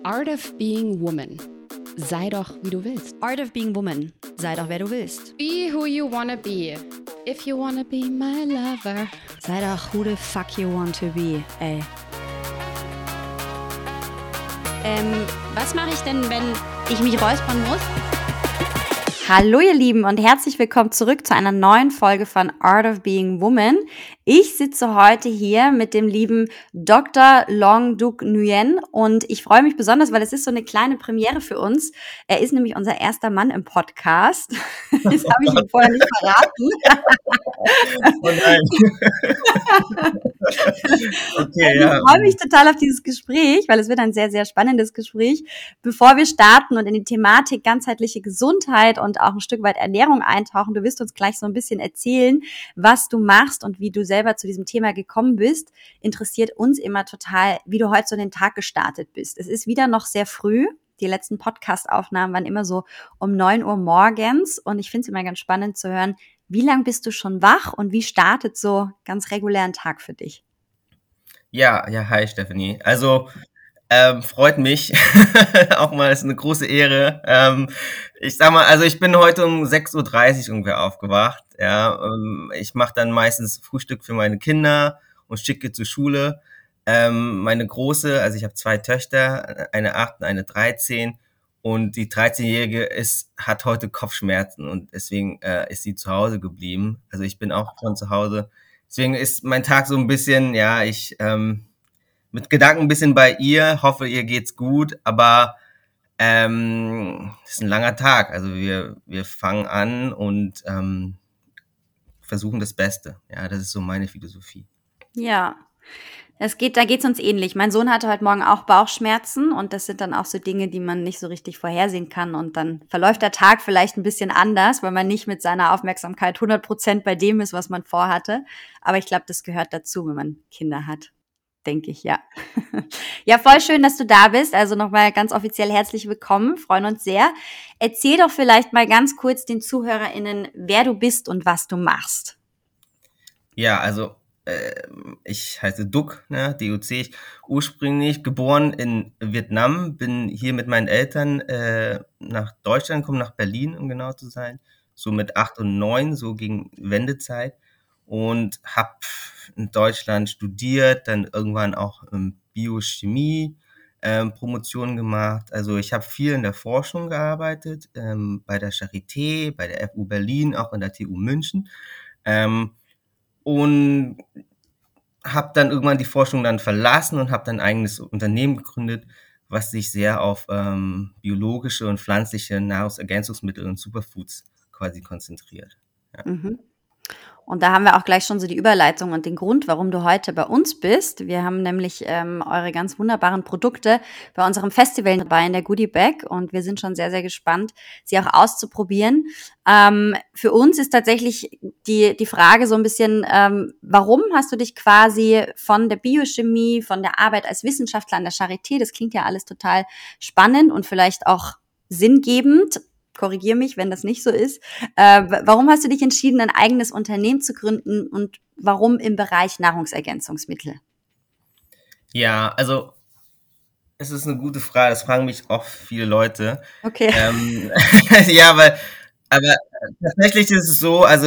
Art of Being Woman. Sei doch, wie du willst. Art of Being Woman. Sei doch, wer du willst. Be who you wanna be. If you wanna be my lover. Sei doch, who the fuck you want to be, ey. Was mache ich denn, wenn ich mich räuspern muss? Hallo ihr Lieben und herzlich willkommen zurück zu einer neuen Folge von Art of Being Woman. Ich sitze heute hier mit dem lieben Dr. Long Duc Nguyen und ich freue mich besonders, weil es ist so eine kleine Premiere für uns. Er ist nämlich unser erster Mann im Podcast. Das habe ich ihm vorher nicht verraten. Oh nein. Okay, Ich freue mich total auf dieses Gespräch, weil es wird ein sehr, sehr spannendes Gespräch. Bevor wir starten und in die Thematik ganzheitliche Gesundheit und auch ein Stück weit Ernährung eintauchen, du wirst uns gleich so ein bisschen erzählen, was du machst und wie du selber zu diesem Thema gekommen bist. Interessiert uns immer total, wie du heute so in den Tag gestartet bist. Es ist wieder noch sehr früh. Die letzten Podcast-Aufnahmen waren immer so um 9 Uhr morgens und ich finde es immer ganz spannend zu hören, wie lang bist du schon wach und wie startet so ganz regulär ein Tag für dich? Ja, hi Stephanie. Also freut mich auch mal, ist eine große Ehre. Ich sag mal, also ich bin heute um 6:30 Uhr ungefähr aufgewacht. Ja, ich mache dann meistens Frühstück für meine Kinder und schicke zur Schule. Meine Große, also ich habe 2 Töchter, eine 8 und eine 13. Und die 13-Jährige hat heute Kopfschmerzen und deswegen ist sie zu Hause geblieben. Also ich bin auch von zu Hause. Deswegen ist mein Tag so ein bisschen, ja, ich mit Gedanken ein bisschen bei ihr, hoffe, ihr geht's gut, aber es ist ein langer Tag. Also wir fangen an und versuchen das Beste. Ja, das ist so meine Philosophie. Ja, da geht's uns ähnlich. Mein Sohn hatte heute Morgen auch Bauchschmerzen und das sind dann auch so Dinge, die man nicht so richtig vorhersehen kann und dann verläuft der Tag vielleicht ein bisschen anders, weil man nicht mit seiner Aufmerksamkeit 100% bei dem ist, was man vorhatte. Aber ich glaube, das gehört dazu, wenn man Kinder hat. Denke ich, ja. Ja, voll schön, dass du da bist. Also nochmal ganz offiziell herzlich willkommen. Freuen uns sehr. Erzähl doch vielleicht mal ganz kurz den ZuhörerInnen, wer du bist und was du machst. Ja, also ich heiße Duc, ne, D-U-C. Ich ursprünglich geboren in Vietnam, bin hier mit meinen Eltern nach Deutschland gekommen, nach Berlin, um genau zu sein. So mit 8 und 9, so gegen Wendezeit. Und habe in Deutschland studiert, dann irgendwann auch Biochemie, Promotion gemacht. Also ich habe viel in der Forschung gearbeitet, bei der Charité, bei der FU Berlin, auch in der TU München. Und habe dann irgendwann die Forschung dann verlassen und habe dann ein eigenes Unternehmen gegründet, was sich sehr auf biologische und pflanzliche Nahrungsergänzungsmittel und Superfoods quasi konzentriert. Ja. Mhm. Und da haben wir auch gleich schon so die Überleitung und den Grund, warum du heute bei uns bist. Wir haben nämlich eure ganz wunderbaren Produkte bei unserem Festival dabei in der Goodie Bag und wir sind schon sehr, sehr gespannt, sie auch auszuprobieren. Für uns ist tatsächlich die Frage so ein bisschen, warum hast du dich quasi von der Biochemie, von der Arbeit als Wissenschaftler an der Charité, das klingt ja alles total spannend und vielleicht auch sinngebend, korrigier mich, wenn das nicht so ist. Warum hast du dich entschieden, ein eigenes Unternehmen zu gründen und warum im Bereich Nahrungsergänzungsmittel? Ja, also es ist eine gute Frage, das fragen mich auch viele Leute. Okay. Ja, aber tatsächlich ist es so, also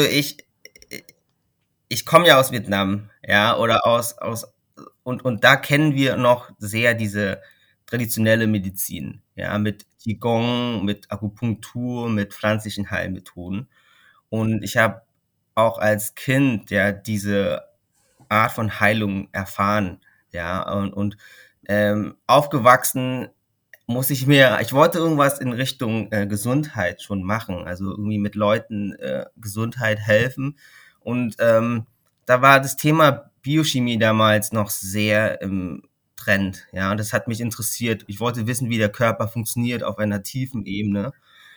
ich komme ja aus Vietnam, ja, oder und da kennen wir noch sehr diese traditionelle Medizin, ja, mit Qigong, mit Akupunktur, mit pflanzlichen Heilmethoden. Und ich habe auch als Kind ja diese Art von Heilung erfahren, ja, und aufgewachsen ich wollte irgendwas in Richtung Gesundheit schon machen, also irgendwie mit Leuten Gesundheit helfen. Und da war das Thema Biochemie damals noch sehr im Trend, ja, und das hat mich interessiert. Ich wollte wissen, wie der Körper funktioniert auf einer tiefen Ebene.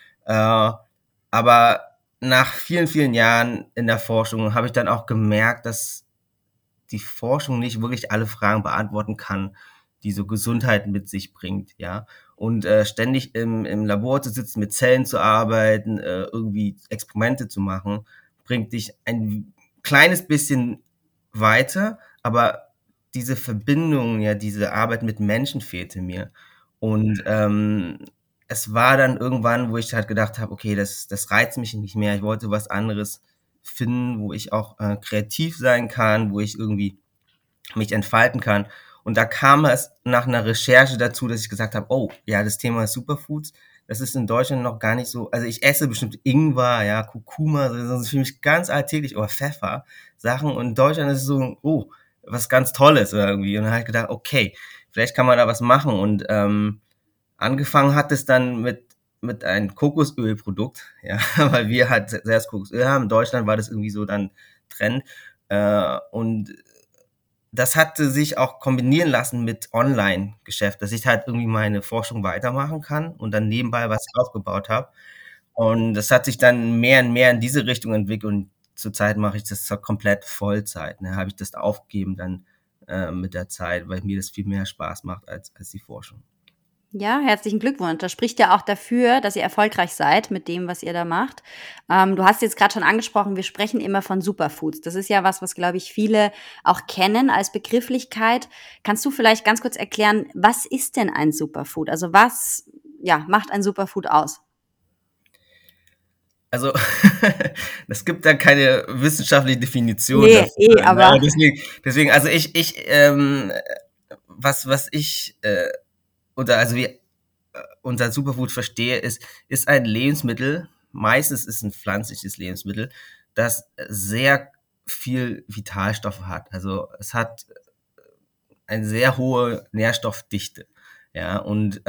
Aber nach vielen, vielen Jahren in der Forschung habe ich dann auch gemerkt, dass die Forschung nicht wirklich alle Fragen beantworten kann, die so Gesundheit mit sich bringt, ja. Und ständig im Labor zu sitzen, mit Zellen zu arbeiten, irgendwie Experimente zu machen, bringt dich ein kleines bisschen weiter, aber diese Verbindung, ja, diese Arbeit mit Menschen fehlte mir. Und es war dann irgendwann, wo ich halt gedacht habe, okay, das reizt mich nicht mehr. Ich wollte was anderes finden, wo ich auch kreativ sein kann, wo ich irgendwie mich entfalten kann. Und da kam es nach einer Recherche dazu, dass ich gesagt habe, oh, ja, das Thema Superfoods, das ist in Deutschland noch gar nicht so, also ich esse bestimmt Ingwer, ja, Kurkuma, das ist für mich ganz alltäglich, oder Pfeffer, Sachen. Und in Deutschland ist es so, oh, was ganz Tolles irgendwie. Und dann habe ich gedacht, okay, vielleicht kann man da was machen. Und angefangen hat es dann mit einem Kokosölprodukt, ja, weil wir halt selbst Kokosöl haben. In Deutschland war das irgendwie so dann Trend. Und das hatte sich auch kombinieren lassen mit Online-Geschäft, dass ich halt irgendwie meine Forschung weitermachen kann und dann nebenbei was aufgebaut habe. Und das hat sich dann mehr und mehr in diese Richtung entwickelt und zurzeit mache ich das zwar komplett Vollzeit. Ne, habe ich das aufgegeben dann mit der Zeit, weil mir das viel mehr Spaß macht als die Forschung. Ja, herzlichen Glückwunsch. Das spricht ja auch dafür, dass ihr erfolgreich seid mit dem, was ihr da macht. Du hast jetzt gerade schon angesprochen, wir sprechen immer von Superfoods. Das ist ja was, glaube ich, viele auch kennen als Begrifflichkeit. Kannst du vielleicht ganz kurz erklären, was ist denn ein Superfood? Also was, ja, macht ein Superfood aus? Also, es gibt da keine wissenschaftliche Definition Nee, dafür. aber Ne? Deswegen, also was ich oder also wie unter Superfood verstehe, ist ein Lebensmittel, meistens ist ein pflanzliches Lebensmittel, das sehr viel Vitalstoffe hat. Also es hat eine sehr hohe Nährstoffdichte. Ja,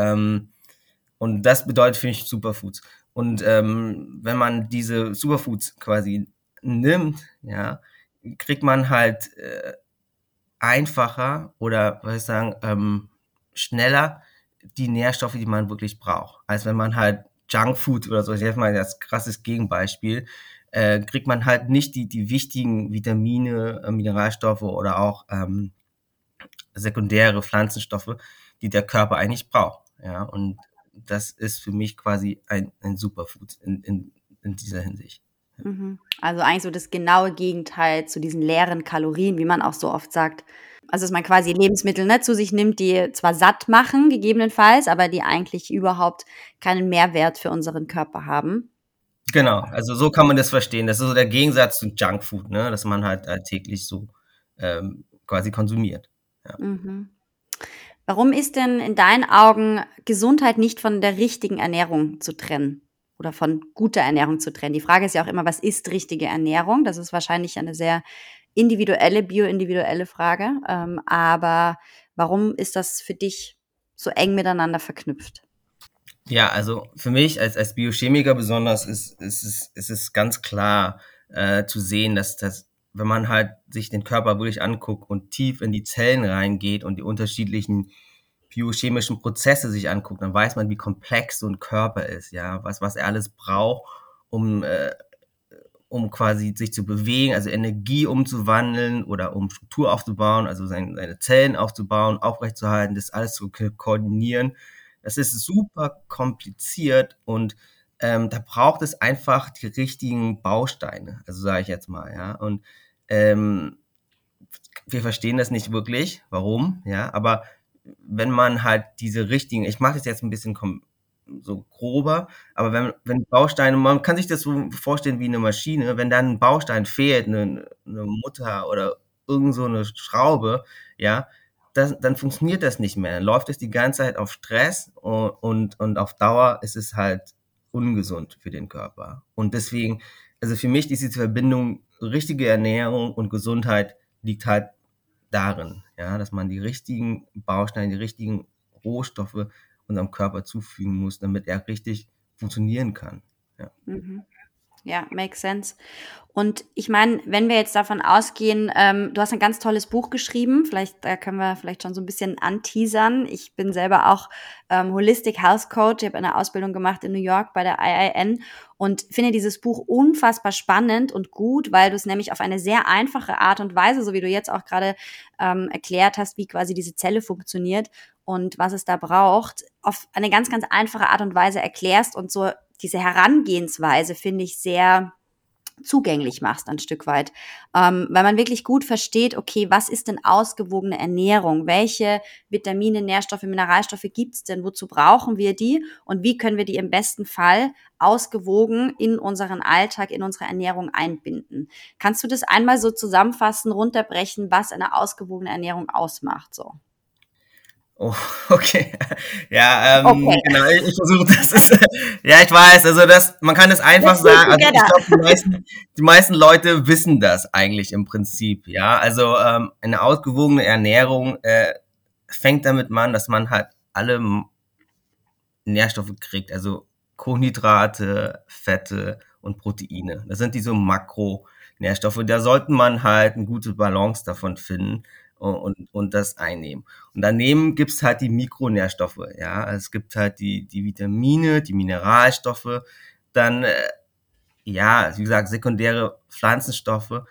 und das bedeutet für mich Superfoods. Und wenn man diese Superfoods quasi nimmt, ja, kriegt man halt einfacher oder, was ich sagen, schneller die Nährstoffe, die man wirklich braucht. Als wenn man halt Junkfood oder so, ich helfe mal das krasses Gegenbeispiel, kriegt man halt nicht die wichtigen Vitamine, Mineralstoffe oder auch sekundäre Pflanzenstoffe, die der Körper eigentlich braucht. Ja, und das ist für mich quasi ein Superfood in dieser Hinsicht. also eigentlich so das genaue Gegenteil zu diesen leeren Kalorien, wie man auch so oft sagt. Also dass man quasi Lebensmittel, ne, zu sich nimmt, die zwar satt machen, gegebenenfalls, aber die eigentlich überhaupt keinen Mehrwert für unseren Körper haben. Genau, also so kann man das verstehen. Das ist so der Gegensatz zu Junkfood, ne, dass man halt alltäglich so quasi konsumiert. Ja. Mhm. Warum ist denn in deinen Augen Gesundheit nicht von der richtigen Ernährung zu trennen oder von guter Ernährung zu trennen? Die Frage ist ja auch immer, was ist richtige Ernährung? Das ist wahrscheinlich eine sehr individuelle, bioindividuelle Frage. Aber warum ist das für dich so eng miteinander verknüpft? Ja, also für mich als Biochemiker besonders ist es ganz klar zu sehen, dass wenn man halt sich den Körper wirklich anguckt und tief in die Zellen reingeht und die unterschiedlichen biochemischen Prozesse sich anguckt, dann weiß man, wie komplex so ein Körper ist, ja, was er alles braucht, um um quasi sich zu bewegen, also Energie umzuwandeln oder um Struktur aufzubauen, also seine Zellen aufzubauen, aufrechtzuerhalten, das alles zu koordinieren. Das ist super kompliziert und da braucht es einfach die richtigen Bausteine, also sage ich jetzt mal, ja. Und ähm, wir verstehen das nicht wirklich, warum, ja, aber wenn man halt diese richtigen, ich mache das jetzt ein bisschen so grober, aber wenn Bausteine, man kann sich das so vorstellen wie eine Maschine, wenn dann ein Baustein fehlt, eine Mutter oder irgend so eine Schraube, ja, dann funktioniert das nicht mehr. Dann läuft es die ganze Zeit auf Stress und auf Dauer ist es halt ungesund für den Körper. Und deswegen, also für mich ist diese Verbindung richtige Ernährung und Gesundheit liegt halt darin, ja, dass man die richtigen Bausteine, die richtigen Rohstoffe unserem Körper zufügen muss, damit er richtig funktionieren kann. Ja. Mhm. Ja, makes sense. Und ich meine, wenn wir jetzt davon ausgehen, du hast ein ganz tolles Buch geschrieben, vielleicht da können wir vielleicht schon so ein bisschen anteasern. Ich bin selber auch Holistic Health Coach. Ich habe eine Ausbildung gemacht in New York bei der IIN und finde dieses Buch unfassbar spannend und gut, weil du es nämlich auf eine sehr einfache Art und Weise, so wie du jetzt auch gerade erklärt hast, wie quasi diese Zelle funktioniert und was es da braucht, auf eine ganz, ganz einfache Art und Weise erklärst und so diese Herangehensweise finde ich sehr zugänglich machst ein Stück weit. Weil man wirklich gut versteht, okay, was ist denn ausgewogene Ernährung? Welche Vitamine, Nährstoffe, Mineralstoffe gibt's denn? Wozu brauchen wir die? Und wie können wir die im besten Fall ausgewogen in unseren Alltag, in unsere Ernährung einbinden? Kannst du das einmal so zusammenfassen, runterbrechen, was eine ausgewogene Ernährung ausmacht? So. Oh, okay. Ja, Okay, genau, ich versuche das. Ja, ich weiß, also man kann es einfach let's do it sagen, also ich together. glaube, die meisten Leute wissen das eigentlich im Prinzip, ja. Also eine ausgewogene Ernährung fängt damit an, dass man halt alle Nährstoffe kriegt, also Kohlenhydrate, Fette und Proteine. Das sind diese Makronährstoffe. Da sollte man halt eine gute Balance davon finden und das einnehmen. Und daneben gibt's halt die Mikronährstoffe, ja. Also es gibt halt die Vitamine, die Mineralstoffe, dann, ja, wie gesagt, sekundäre Pflanzenstoffe,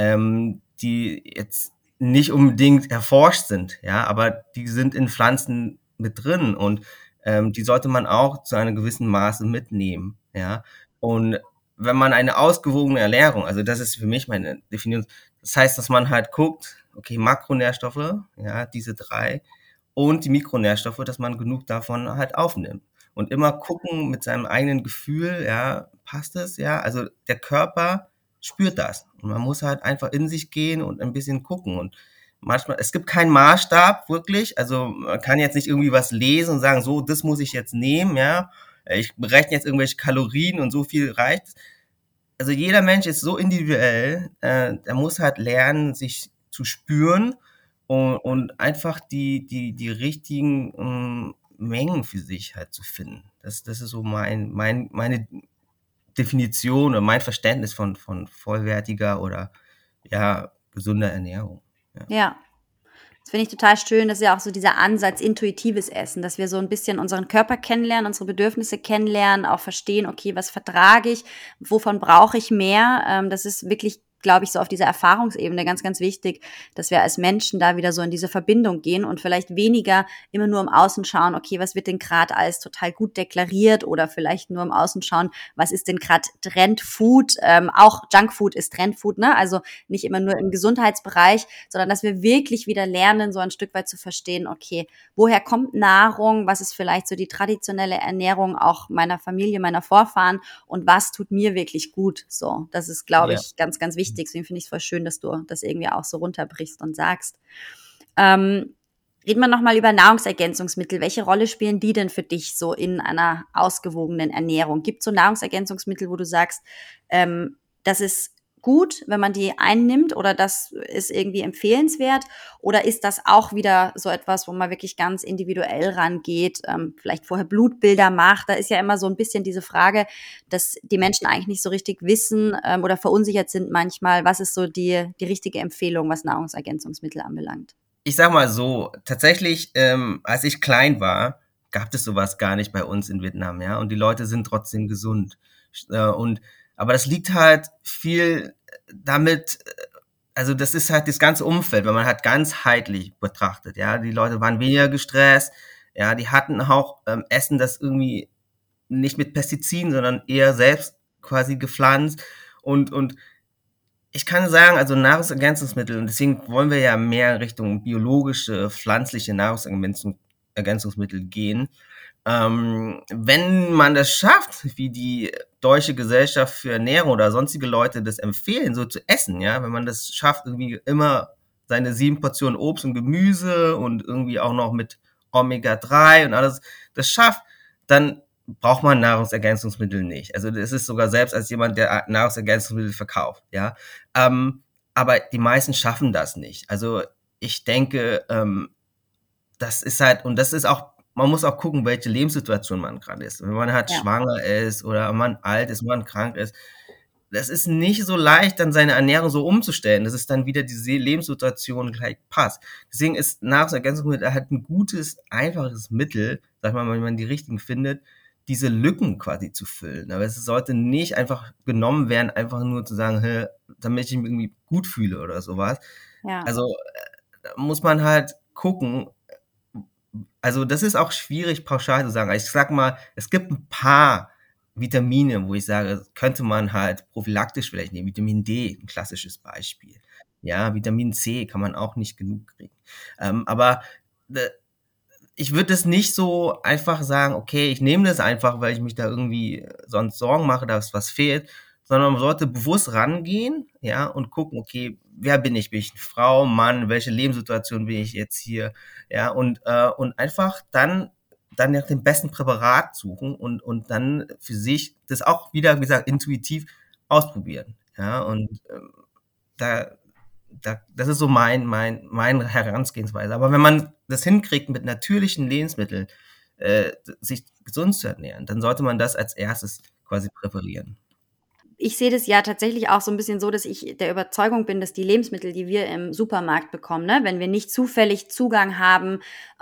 die jetzt nicht unbedingt erforscht sind, ja, aber die sind in Pflanzen mit drin und die sollte man auch zu einem gewissen Maße mitnehmen, ja. Und wenn man eine ausgewogene Ernährung, also das ist für mich meine Definition, das heißt, dass man halt guckt, okay, Makronährstoffe, ja, diese 3 und die Mikronährstoffe, dass man genug davon halt aufnimmt. Und immer gucken mit seinem eigenen Gefühl, ja, passt es, ja, also der Körper spürt das. Und man muss halt einfach in sich gehen und ein bisschen gucken. Und manchmal, es gibt keinen Maßstab, wirklich. Also man kann jetzt nicht irgendwie was lesen und sagen, so, das muss ich jetzt nehmen, ja. Ich berechne jetzt irgendwelche Kalorien und so viel reicht. Also jeder Mensch ist so individuell, der muss halt lernen, sich zu spüren und einfach die richtigen Mengen für sich halt zu finden. Das ist so meine Definition oder mein Verständnis von vollwertiger oder ja, gesunder Ernährung. Ja. Ja. Das finde ich total schön. Das ist ja auch so dieser Ansatz intuitives Essen, dass wir so ein bisschen unseren Körper kennenlernen, unsere Bedürfnisse kennenlernen, auch verstehen, okay, was vertrage ich, wovon brauche ich mehr. Das ist wirklich, glaube ich, so auf dieser Erfahrungsebene ganz, ganz wichtig, dass wir als Menschen da wieder so in diese Verbindung gehen und vielleicht weniger immer nur im Außen schauen, okay, was wird denn gerade als total gut deklariert oder vielleicht nur im Außen schauen, was ist denn gerade Trendfood. Auch Junkfood ist Trendfood, ne? Also nicht immer nur im Gesundheitsbereich, sondern dass wir wirklich wieder lernen, so ein Stück weit zu verstehen, okay, woher kommt Nahrung, was ist vielleicht so die traditionelle Ernährung auch meiner Familie, meiner Vorfahren und was tut mir wirklich gut. So, das ist, glaube Ja. ich, ganz, ganz wichtig. Deswegen finde ich es voll schön, dass du das irgendwie auch so runterbrichst und sagst. Reden wir nochmal über Nahrungsergänzungsmittel. Welche Rolle spielen die denn für dich so in einer ausgewogenen Ernährung? Gibt es so Nahrungsergänzungsmittel, wo du sagst, das ist gut, wenn man die einnimmt oder das ist irgendwie empfehlenswert? Oder ist das auch wieder so etwas, wo man wirklich ganz individuell rangeht, vielleicht vorher Blutbilder macht? Da ist ja immer so ein bisschen diese Frage, dass die Menschen eigentlich nicht so richtig wissen oder verunsichert sind manchmal. Was ist so die richtige Empfehlung, was Nahrungsergänzungsmittel anbelangt? Ich sag mal so, tatsächlich, als ich klein war, gab es sowas gar nicht bei uns in Vietnam, ja, und die Leute sind trotzdem gesund. Und aber das liegt halt viel damit, also das ist halt das ganze Umfeld, weil man halt ganzheitlich betrachtet, ja. Die Leute waren weniger gestresst, ja, die hatten auch Essen, das irgendwie nicht mit Pestiziden, sondern eher selbst quasi gepflanzt und ich kann sagen, also Nahrungsergänzungsmittel, und deswegen wollen wir ja mehr Richtung biologische, pflanzliche Nahrungsergänzungsmittel gehen. Wenn man das schafft, wie die Deutsche Gesellschaft für Ernährung oder sonstige Leute das empfehlen, so zu essen, ja, wenn man das schafft, irgendwie immer seine 7 Portionen Obst und Gemüse und irgendwie auch noch mit Omega-3 und alles das schafft, dann braucht man Nahrungsergänzungsmittel nicht. Also das ist sogar selbst als jemand, der Nahrungsergänzungsmittel verkauft, ja. Aber die meisten schaffen das nicht. Also ich denke, das ist halt, und das ist auch, man muss auch gucken, welche Lebenssituation man gerade ist. Wenn man halt Ja. schwanger ist oder man alt ist, man krank ist, das ist nicht so leicht, dann seine Ernährung so umzustellen, dass es dann wieder diese Lebenssituation gleich passt. Deswegen ist Nahrungsergänzungsmittel halt ein gutes, einfaches Mittel, sag mal, wenn man die richtigen findet, diese Lücken quasi zu füllen. Aber es sollte nicht einfach genommen werden, einfach nur zu sagen, hä, damit ich mich irgendwie gut fühle oder sowas. Ja. Also da muss man halt gucken. Also das ist auch schwierig pauschal zu sagen. Ich sag mal, es gibt ein paar Vitamine, wo ich sage, könnte man halt prophylaktisch vielleicht nehmen. Vitamin D, ein klassisches Beispiel. Ja, Vitamin C kann man auch nicht genug kriegen. Aber ich würde es nicht so einfach sagen, okay, ich nehme das einfach, weil ich mich da irgendwie sonst Sorgen mache, dass was fehlt, sondern man sollte bewusst rangehen, ja, und gucken, okay, wer bin ich? Bin ich eine Frau, Mann? Welche Lebenssituation bin ich jetzt hier? Ja, und einfach dann nach dem besten Präparat suchen und dann für sich das auch wieder, wie gesagt, intuitiv ausprobieren. Ja, und da, das ist so meine Herangehensweise. Aber wenn man das hinkriegt, mit natürlichen Lebensmitteln sich gesund zu ernähren, dann sollte man das als erstes quasi präferieren. Ich sehe das ja tatsächlich auch so ein bisschen so, dass ich der Überzeugung bin, dass die Lebensmittel, die wir im Supermarkt bekommen, ne, wenn wir nicht zufällig Zugang haben,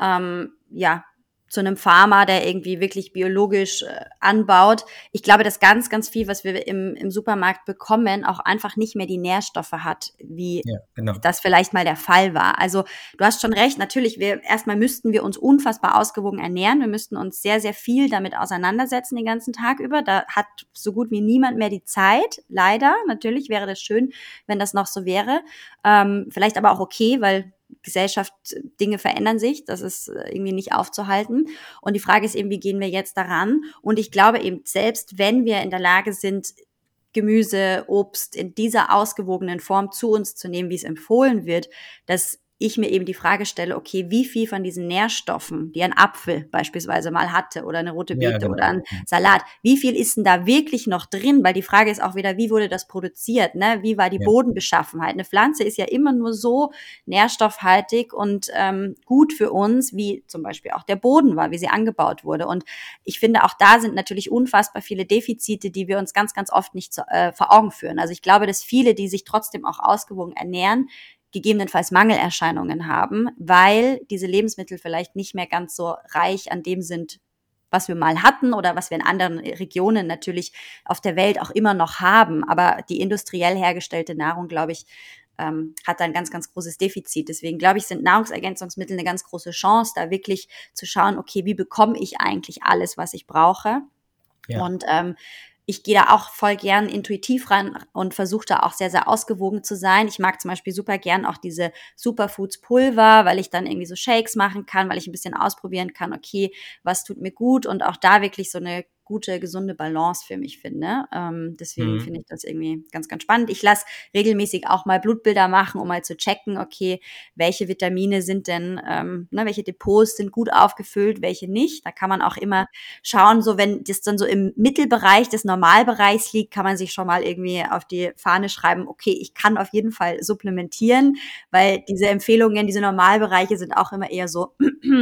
ja, zu einem Farmer, der irgendwie wirklich biologisch anbaut. Ich glaube, dass ganz, ganz viel, was wir im Supermarkt bekommen, auch einfach nicht mehr die Nährstoffe hat, wie Ja, genau. das vielleicht mal der Fall war. Also du hast schon recht, natürlich, erstmal müssten wir uns unfassbar ausgewogen ernähren. Wir müssten uns sehr, sehr viel damit auseinandersetzen den ganzen Tag über. Da hat so gut wie niemand mehr die Zeit. Leider, natürlich wäre das schön, wenn das noch so wäre. Vielleicht aber auch okay, weil Gesellschaft, Dinge verändern sich, das ist irgendwie nicht aufzuhalten. Und die Frage ist eben, wie gehen wir jetzt daran? Und ich glaube eben, selbst wenn wir in der Lage sind, Gemüse, Obst in dieser ausgewogenen Form zu uns zu nehmen, wie es empfohlen wird, dass ich mir eben die Frage stelle, okay, wie viel von diesen Nährstoffen, die ein Apfel beispielsweise mal hatte oder eine rote Ja, Beete oder genau. ein Salat, wie viel ist denn da wirklich noch drin? Weil die Frage ist auch wieder, wie wurde das produziert? Ne? Wie war die Ja. Bodenbeschaffenheit? Eine Pflanze ist ja immer nur so nährstoffhaltig und gut für uns, wie zum Beispiel auch der Boden war, wie sie angebaut wurde. Und ich finde, auch da sind natürlich unfassbar viele Defizite, die wir uns ganz, ganz oft nicht vor Augen führen. Also ich glaube, dass viele, die sich trotzdem auch ausgewogen ernähren, gegebenenfalls Mangelerscheinungen haben, weil diese Lebensmittel vielleicht nicht mehr ganz so reich an dem sind, was wir mal hatten oder was wir in anderen Regionen natürlich auf der Welt auch immer noch haben. Aber die industriell hergestellte Nahrung, glaube ich, hat da ein ganz, ganz großes Defizit. Deswegen glaube ich, sind Nahrungsergänzungsmittel eine ganz große Chance, da wirklich zu schauen, okay, wie bekomme ich eigentlich alles, was ich brauche? Ja. Und ich gehe da auch voll gern intuitiv ran und versuche da auch sehr, sehr ausgewogen zu sein. Ich mag zum Beispiel super gern auch diese Superfoods Pulver, weil ich dann irgendwie so Shakes machen kann, weil ich ein bisschen ausprobieren kann, okay, was tut mir gut und auch da wirklich so eine gute, gesunde Balance für mich finde. Deswegen Mhm. finde ich das irgendwie ganz, ganz spannend. Ich lasse regelmäßig auch mal Blutbilder machen, um mal zu checken, okay, welche Vitamine sind denn, welche Depots sind gut aufgefüllt, welche nicht. Da kann man auch immer schauen, so wenn das dann so im Mittelbereich des Normalbereichs liegt, kann man sich schon mal irgendwie auf die Fahne schreiben, okay, ich kann auf jeden Fall supplementieren, weil diese Empfehlungen, diese Normalbereiche sind auch immer eher so,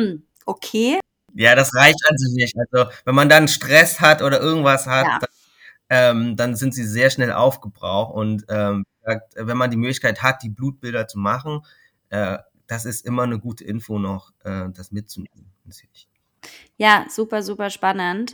okay, Ja, das reicht an sich nicht. Also, wenn man dann Stress hat oder irgendwas hat, ja. dann sind sie sehr schnell aufgebraucht. Und wenn man die Möglichkeit hat, die Blutbilder zu machen, äh, das ist immer eine gute Info noch, das mitzunehmen. Natürlich. Ja, super, super spannend.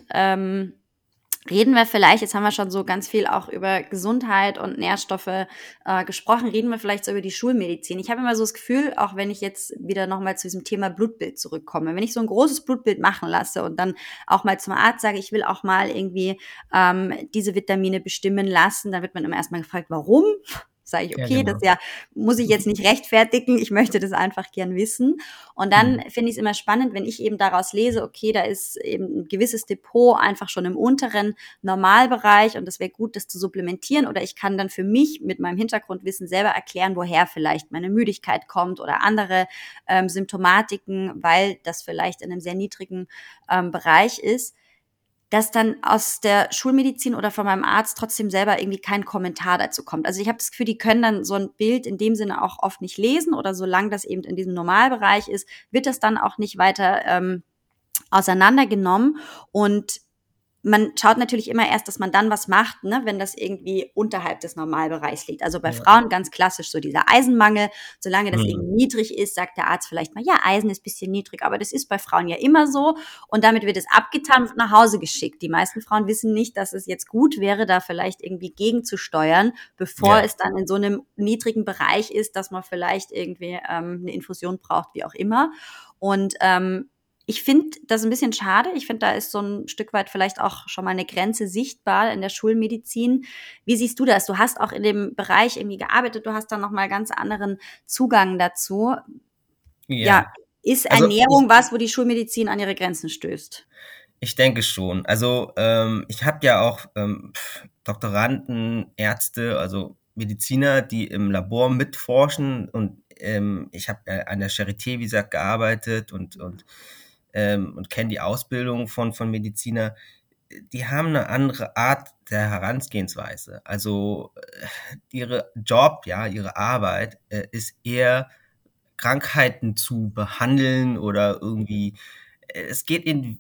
Reden wir vielleicht, jetzt haben wir schon so ganz viel auch über Gesundheit und Nährstoffe gesprochen, reden wir vielleicht so über die Schulmedizin. Ich habe immer so das Gefühl, auch wenn ich jetzt wieder nochmal zu diesem Thema Blutbild zurückkomme, wenn ich so ein großes Blutbild machen lasse und dann auch mal zum Arzt sage, ich will auch mal irgendwie diese Vitamine bestimmen lassen, dann wird man immer erstmal gefragt, warum? Sage ich, Ja, okay, das genau. ja, muss ich jetzt nicht rechtfertigen, ich möchte das einfach gern wissen. Und dann Mhm. finde ich es immer spannend, wenn ich eben daraus lese, okay, da ist eben ein gewisses Depot einfach schon im unteren Normalbereich und es wäre gut, das zu supplementieren. Oder ich kann dann für mich mit meinem Hintergrundwissen selber erklären, woher vielleicht meine Müdigkeit kommt oder andere Symptomatiken, weil das vielleicht in einem sehr niedrigen Bereich ist, dass dann aus der Schulmedizin oder von meinem Arzt trotzdem selber irgendwie kein Kommentar dazu kommt. Also ich habe das Gefühl, die können dann so ein Bild in dem Sinne auch oft nicht lesen oder solange das eben in diesem Normalbereich ist, wird das dann auch nicht weiter auseinandergenommen. Und man schaut natürlich immer erst, dass man dann was macht, ne, wenn das irgendwie unterhalb des Normalbereichs liegt. Also bei Ja. Frauen ganz klassisch so dieser Eisenmangel. Solange das Mhm. irgendwie niedrig ist, sagt der Arzt vielleicht mal, ja, Eisen ist ein bisschen niedrig, aber das ist bei Frauen ja immer so. Und damit wird es abgetan und nach Hause geschickt. Die meisten Frauen wissen nicht, dass es jetzt gut wäre, da vielleicht irgendwie gegenzusteuern, bevor Ja. es dann in so einem niedrigen Bereich ist, dass man vielleicht irgendwie eine Infusion braucht, wie auch immer. Und Ich finde das ein bisschen schade. Ich finde, da ist so ein Stück weit vielleicht auch schon mal eine Grenze sichtbar in der Schulmedizin. Wie siehst du das? Du hast auch in dem Bereich irgendwie gearbeitet, du hast da noch mal ganz anderen Zugang dazu. Ja, Ja, ist also ich Ernährung was, wo die Schulmedizin an ihre Grenzen stößt? Ich denke schon. Also ich habe ja auch Doktoranden, Ärzte, also Mediziner, die im Labor mitforschen und ich habe an der Charité, wie gesagt, gearbeitet und kenne die Ausbildung von Mediziner. Die haben eine andere Art der Herangehensweise. Also ihre Job, ja, ihre Arbeit ist eher Krankheiten zu behandeln oder irgendwie, es geht in,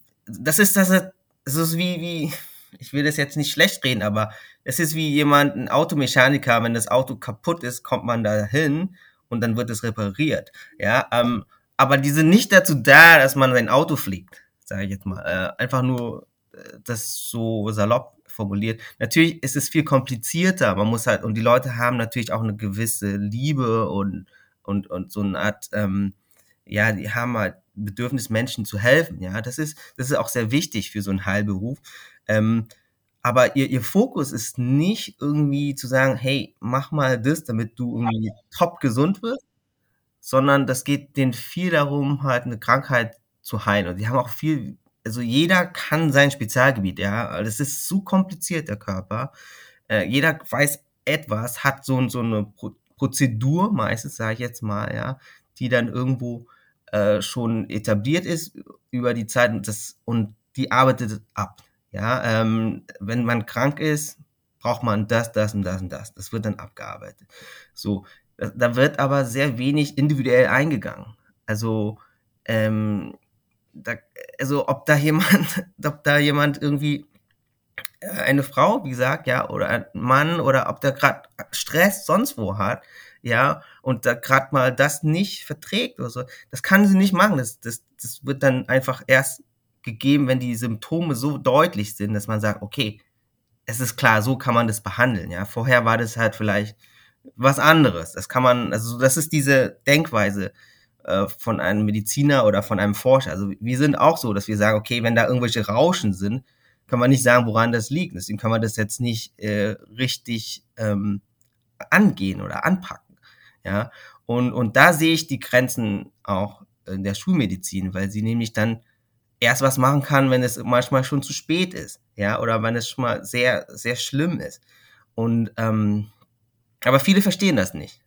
es ist wie, ich will das jetzt nicht schlecht reden, aber es ist wie jemand, ein Automechaniker, wenn das Auto kaputt ist, kommt man da hin und dann wird es repariert, ja, aber die sind nicht dazu da, dass man sein Auto fliegt, sage ich jetzt mal, einfach nur, das so salopp formuliert. Natürlich ist es viel komplizierter, man muss halt, und die Leute haben natürlich auch eine gewisse Liebe und so eine Art, ja, die haben halt Bedürfnis, Menschen zu helfen, ja. Das ist auch sehr wichtig für so einen Heilberuf. Ähm, aber ihr Fokus ist nicht irgendwie zu sagen, hey, mach mal das, damit du irgendwie top gesund wirst, sondern das geht denen viel darum, halt eine Krankheit zu heilen. Und die haben auch viel, also jeder kann sein Spezialgebiet, ja. Das ist so kompliziert, der Körper. Jeder weiß etwas, hat so eine Prozedur, meistens sage ich jetzt mal, ja, die dann irgendwo schon etabliert ist über die Zeit und die arbeitet ab. Ja, wenn man krank ist, braucht man das, das und das und das. Das wird dann abgearbeitet. So, da wird aber sehr wenig individuell eingegangen. Also, ähm, da, also ob da jemand irgendwie eine Frau, wie gesagt, ja, oder ein Mann oder ob der gerade Stress sonst wo hat, ja, und da gerade mal das nicht verträgt oder so, das kann sie nicht machen. Das wird dann einfach erst gegeben, wenn die Symptome so deutlich sind, dass man sagt, okay, es ist klar, so kann man das behandeln, ja. Vorher war das halt vielleicht was anderes. Das kann man, also das ist diese Denkweise von einem Mediziner oder von einem Forscher. Also wir sind auch so, dass wir sagen, okay, wenn da irgendwelche Rauschen sind, kann man nicht sagen, woran das liegt. Deswegen kann man das jetzt nicht richtig angehen oder anpacken. Ja, und da sehe ich die Grenzen auch in der Schulmedizin, weil sie nämlich dann erst was machen kann, wenn es manchmal schon zu spät ist, ja, oder wenn es schon mal sehr, sehr schlimm ist. Und aber viele verstehen das nicht.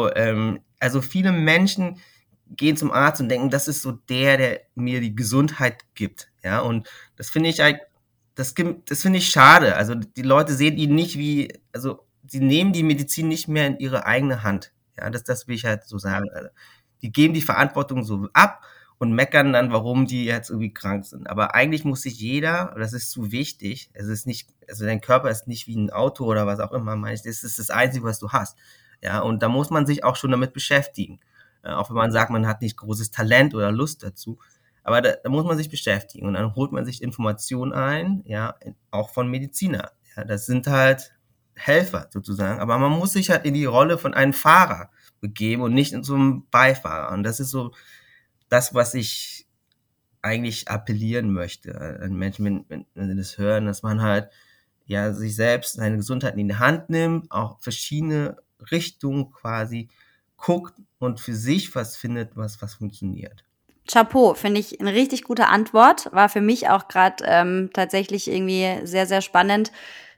Also viele Menschen gehen zum Arzt und denken, das ist so der mir die Gesundheit gibt, ja. Und das finde ich eigentlich, das finde ich schade. Also die Leute sehen ihn nicht wie, also sie nehmen die Medizin nicht mehr in ihre eigene Hand. Ja, das will ich halt so sagen. Also, die geben die Verantwortung so ab und meckern dann, warum die jetzt irgendwie krank sind. Aber eigentlich muss sich jeder, das ist zu wichtig, es ist nicht, also dein Körper ist nicht wie ein Auto oder was auch immer, das ist das Einzige, was du hast. Ja, und da muss man sich auch schon damit beschäftigen. Auch wenn man sagt, man hat nicht großes Talent oder Lust dazu. Aber da muss man sich beschäftigen und dann holt man sich Informationen ein, ja, auch von Mediziner. Ja, das sind halt Helfer sozusagen. Aber man muss sich halt in die Rolle von einem Fahrer begeben und nicht in so einem Beifahrer. Und das ist so das, was ich eigentlich appellieren möchte an Menschen, wenn sie das hören, dass man halt ja sich selbst seine Gesundheit in die Hand nimmt, auch verschiedene Richtungen quasi guckt und für sich was findet, was funktioniert. Chapeau, finde ich eine richtig gute Antwort. War für mich auch gerade tatsächlich irgendwie sehr, sehr spannend,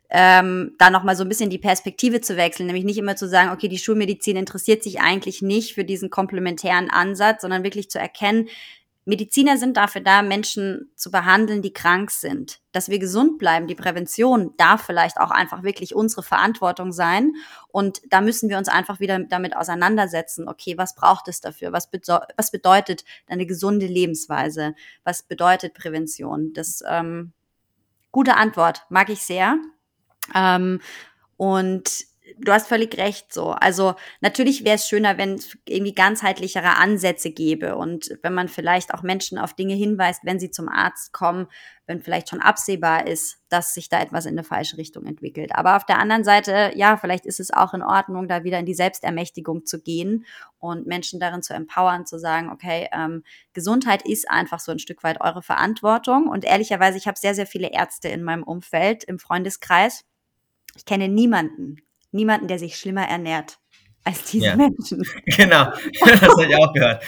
da nochmal so ein bisschen die Perspektive zu wechseln, nämlich nicht immer zu sagen, okay, die Schulmedizin interessiert sich eigentlich nicht für diesen komplementären Ansatz, sondern wirklich zu erkennen, Mediziner sind dafür da, Menschen zu behandeln, die krank sind. Dass wir gesund bleiben, die Prävention darf vielleicht auch einfach wirklich unsere Verantwortung sein. Und da müssen wir uns einfach wieder damit auseinandersetzen. Okay, was braucht es dafür? Was bedeutet eine gesunde Lebensweise? Was bedeutet Prävention? Das gute Antwort, mag ich sehr. Und du hast völlig recht so. Also natürlich wäre es schöner, wenn es irgendwie ganzheitlichere Ansätze gäbe und wenn man vielleicht auch Menschen auf Dinge hinweist, wenn sie zum Arzt kommen, wenn vielleicht schon absehbar ist, dass sich da etwas in eine falsche Richtung entwickelt. Aber auf der anderen Seite, ja, vielleicht ist es auch in Ordnung, da wieder in die Selbstermächtigung zu gehen und Menschen darin zu empowern, zu sagen, okay, Gesundheit ist einfach so ein Stück weit eure Verantwortung. Und ehrlicherweise, ich habe sehr, sehr viele Ärzte in meinem Umfeld, im Freundeskreis. Ich kenne niemanden, der sich schlimmer ernährt als diese Ja, Menschen. genau. Das habe ich auch gehört.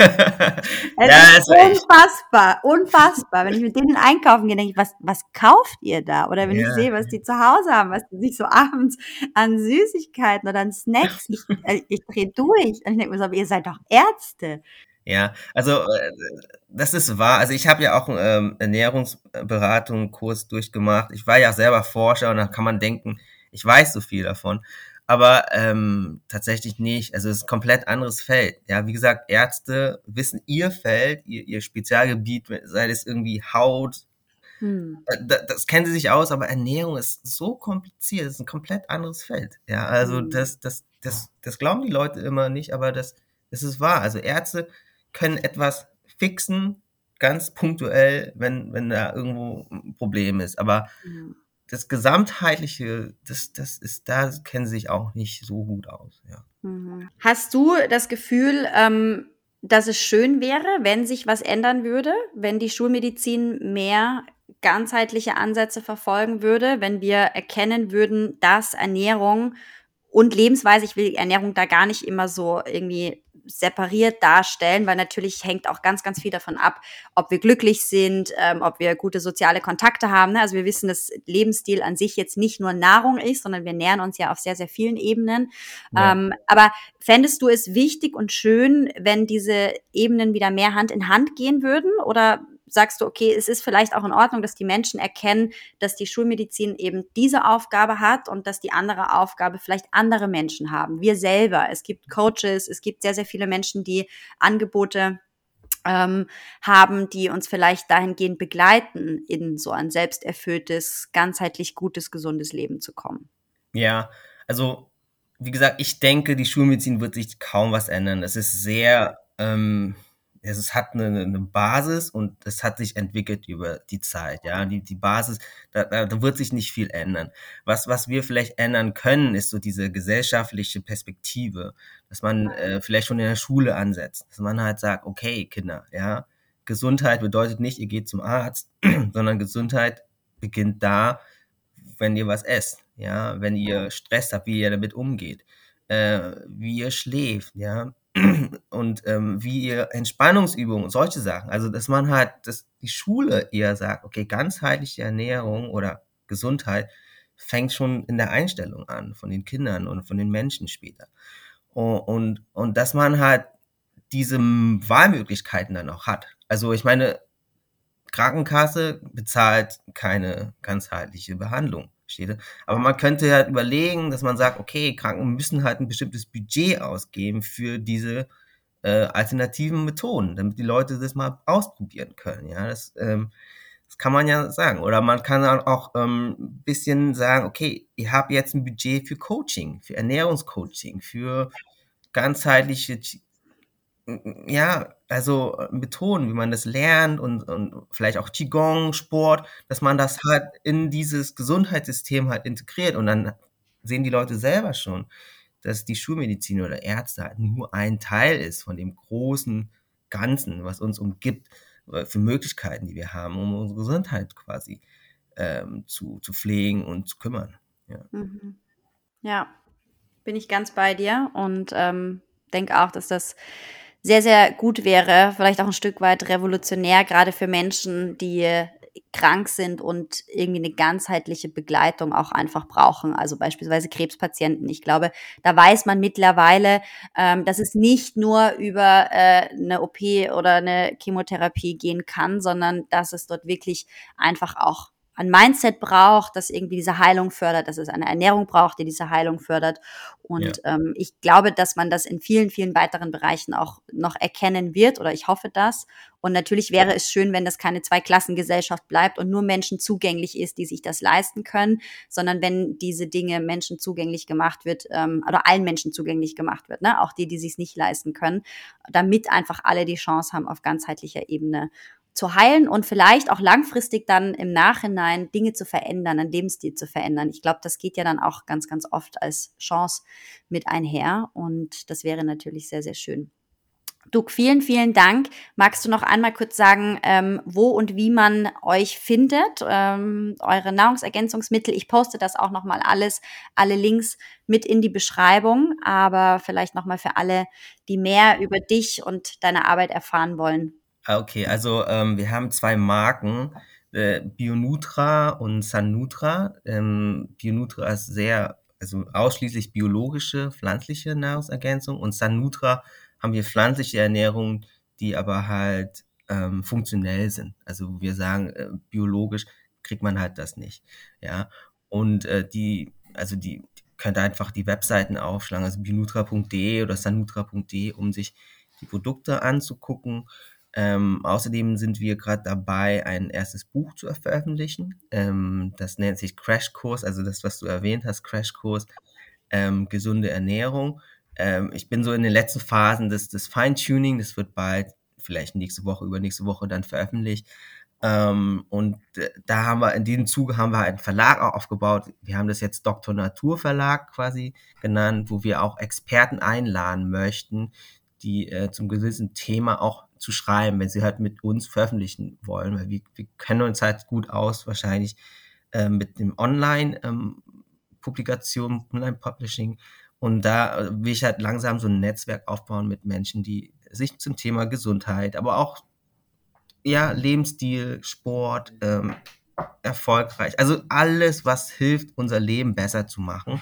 Es Ja, ist ist echt. unfassbar, unfassbar. Wenn ich mit denen einkaufen gehe, denke ich, was kauft ihr da? Oder wenn ich Ja, sehe, was die zu Hause haben, was die sich so abends an Süßigkeiten oder an Snacks, ich drehe durch. Und ich denke mir so, aber ihr seid doch Ärzte. ja. Also, das ist wahr. Also, ich habe ja auch 'n, Ernährungsberatung Kurs durchgemacht. Ich war ja selber Forscher und da kann man denken, ich weiß so viel davon, aber, tatsächlich nicht. Also, es ist 'n komplett anderes Feld. Ja, wie gesagt, Ärzte wissen ihr Feld, ihr Spezialgebiet, sei es irgendwie Haut, Hm. das kennen sie sich aus, aber Ernährung ist so kompliziert, das ist ein komplett anderes Feld. Ja, also Hm. das glauben die Leute immer nicht, aber das ist wahr. Also Ärzte können etwas fixen, ganz punktuell, wenn da irgendwo ein Problem ist. Aber Hm. das Gesamtheitliche, das ist, da kennen sie sich auch nicht so gut aus. Ja. Mhm. Hast du das Gefühl, dass es schön wäre, wenn sich was ändern würde, wenn die Schulmedizin mehr ganzheitliche Ansätze verfolgen würde, wenn wir erkennen würden, dass Ernährung und Lebensweise, ich will Ernährung da gar nicht immer so irgendwie separiert darstellen, weil natürlich hängt auch ganz, ganz viel davon ab, ob wir glücklich sind, ob wir gute soziale Kontakte haben. Ne? Also wir wissen, dass Lebensstil an sich jetzt nicht nur Nahrung ist, sondern wir nähern uns ja auf sehr, sehr vielen Ebenen. Ja. Aber fändest du es wichtig und schön, wenn diese Ebenen wieder mehr Hand in Hand gehen würden? Oder sagst du, okay, es ist vielleicht auch in Ordnung, dass die Menschen erkennen, dass die Schulmedizin eben diese Aufgabe hat und dass die andere Aufgabe vielleicht andere Menschen haben. Wir selber. Es gibt Coaches, es gibt sehr, sehr viele Menschen, die Angebote haben, die uns vielleicht dahingehend begleiten, in so ein selbsterfülltes, ganzheitlich gutes, gesundes Leben zu kommen. Ja, also, wie gesagt, ich denke, die Schulmedizin wird sich kaum was ändern. Es ist sehr, es hat eine Basis und es hat sich entwickelt über die Zeit, ja. Die Basis, da wird sich nicht viel ändern. Was wir vielleicht ändern können, ist so diese gesellschaftliche Perspektive, dass man vielleicht schon in der Schule ansetzt, dass man halt sagt, okay, Kinder, ja, Gesundheit bedeutet nicht, ihr geht zum Arzt, sondern Gesundheit beginnt da, wenn ihr was esst, ja, wenn ihr Stress habt, wie ihr damit umgeht, wie ihr schläft, ja, und wie ihr Entspannungsübungen, solche Sachen. Also, dass man halt, dass die Schule eher sagt, okay, ganzheitliche Ernährung oder Gesundheit fängt schon in der Einstellung an von den Kindern und von den Menschen später. Und dass man halt diese Wahlmöglichkeiten dann auch hat. Also ich meine, Krankenkasse bezahlt keine ganzheitliche Behandlung, versteht ihr? Aber man könnte halt überlegen, dass man sagt, okay, Kranken müssen halt ein bestimmtes Budget ausgeben für diese alternativen Methoden, damit die Leute das mal ausprobieren können. Ja, das kann man ja sagen. Oder man kann dann auch ein bisschen sagen, okay, ihr habt jetzt ein Budget für Coaching, für Ernährungscoaching, für ganzheitliche, ja, also Methoden, wie man das lernt und vielleicht auch Qigong, Sport, dass man das halt in dieses Gesundheitssystem halt integriert und dann sehen die Leute selber schon, dass die Schulmedizin oder Ärzte halt nur ein Teil ist von dem großen Ganzen, was uns umgibt, für Möglichkeiten, die wir haben, um unsere Gesundheit quasi zu pflegen und zu kümmern. Ja. Mhm. Ja, bin ich ganz bei dir und denke auch, dass das sehr, sehr gut wäre, vielleicht auch ein Stück weit revolutionär, gerade für Menschen, die krank sind und irgendwie eine ganzheitliche Begleitung auch einfach brauchen, also beispielsweise Krebspatienten. Ich glaube, da weiß man mittlerweile, dass es nicht nur über 'ne OP oder eine Chemotherapie gehen kann, sondern dass es dort wirklich einfach auch ein Mindset braucht, das irgendwie diese Heilung fördert, dass es eine Ernährung braucht, die diese Heilung fördert. Und ich glaube, dass man das in vielen, vielen weiteren Bereichen auch noch erkennen wird, oder ich hoffe das. Und natürlich wäre es schön, wenn das keine Zweiklassengesellschaft bleibt und nur Menschen zugänglich ist, die sich das leisten können, sondern wenn diese Dinge Menschen zugänglich gemacht wird, oder allen Menschen zugänglich gemacht wird, ne? Auch die sich es nicht leisten können, damit einfach alle die Chance haben, auf ganzheitlicher Ebene zu heilen und vielleicht auch langfristig dann im Nachhinein Dinge zu verändern, einen Lebensstil zu verändern. Ich glaube, das geht ja dann auch ganz, ganz oft als Chance mit einher und das wäre natürlich sehr, sehr schön. Duc, vielen, vielen Dank. Magst du noch einmal kurz sagen, wo und wie man euch findet, eure Nahrungsergänzungsmittel? Ich poste das auch nochmal alle Links mit in die Beschreibung, aber vielleicht nochmal für alle, die mehr über dich und deine Arbeit erfahren wollen. Okay, also wir haben 2 Marken, Bionutra und Sannutra. Bionutra ist also ausschließlich biologische, pflanzliche Nahrungsergänzung und Sannutra haben wir pflanzliche Ernährung, die aber halt funktionell sind. Also wir sagen, biologisch kriegt man halt das nicht. Ja. Und die könnt einfach die Webseiten aufschlagen, also bionutra.de oder sannutra.de, um sich die Produkte anzugucken. Außerdem sind wir gerade dabei, ein erstes Buch zu veröffentlichen. Das nennt sich Crashkurs, also das, was du erwähnt hast, Crashkurs, gesunde Ernährung. Ich bin so in den letzten Phasen des Feintuning, das wird bald, vielleicht übernächste Woche dann veröffentlicht. Und da haben wir, in diesem Zuge haben wir einen Verlag auch aufgebaut. Wir haben das jetzt Dr. Natur Verlag quasi genannt, wo wir auch Experten einladen möchten, die zum gewissen Thema auch zu schreiben, wenn sie halt mit uns veröffentlichen wollen, weil wir kennen uns halt gut aus, wahrscheinlich mit dem Online-Publikation, Online-Publishing, und da will ich halt langsam so ein Netzwerk aufbauen mit Menschen, die sich zum Thema Gesundheit, aber auch Lebensstil, Sport, erfolgreich, also alles, was hilft, unser Leben besser zu machen.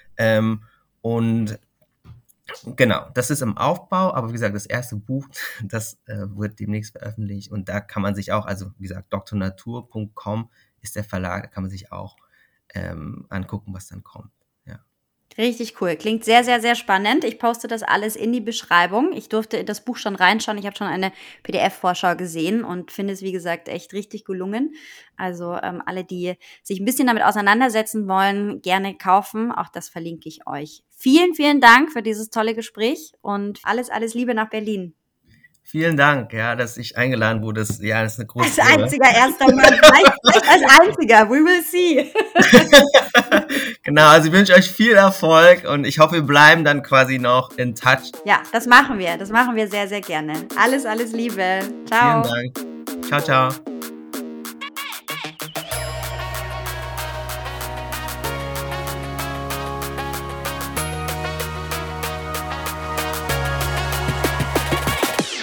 Und genau, das ist im Aufbau, aber wie gesagt, das erste Buch, das wird demnächst veröffentlicht und da kann man sich auch, also wie gesagt, drnatur.com ist der Verlag, da kann man sich auch angucken, was dann kommt. Ja. Richtig cool. Klingt sehr, sehr, sehr spannend. Ich poste das alles in die Beschreibung. Ich durfte in das Buch schon reinschauen. Ich habe schon eine PDF-Vorschau gesehen und finde es, wie gesagt, echt richtig gelungen. Also alle, die sich ein bisschen damit auseinandersetzen wollen, gerne kaufen. Auch das verlinke ich euch. Vielen, vielen Dank für dieses tolle Gespräch und alles, alles Liebe nach Berlin. Vielen Dank, dass ich eingeladen wurde. Das ist eine große Als einziger erster Mann. Vielleicht als einziger. We will see. Genau, also ich wünsche euch viel Erfolg und ich hoffe, wir bleiben dann quasi noch in touch. Ja, das machen wir. Das machen wir sehr, sehr gerne. Alles, alles Liebe. Ciao. Vielen Dank. Ciao, ciao.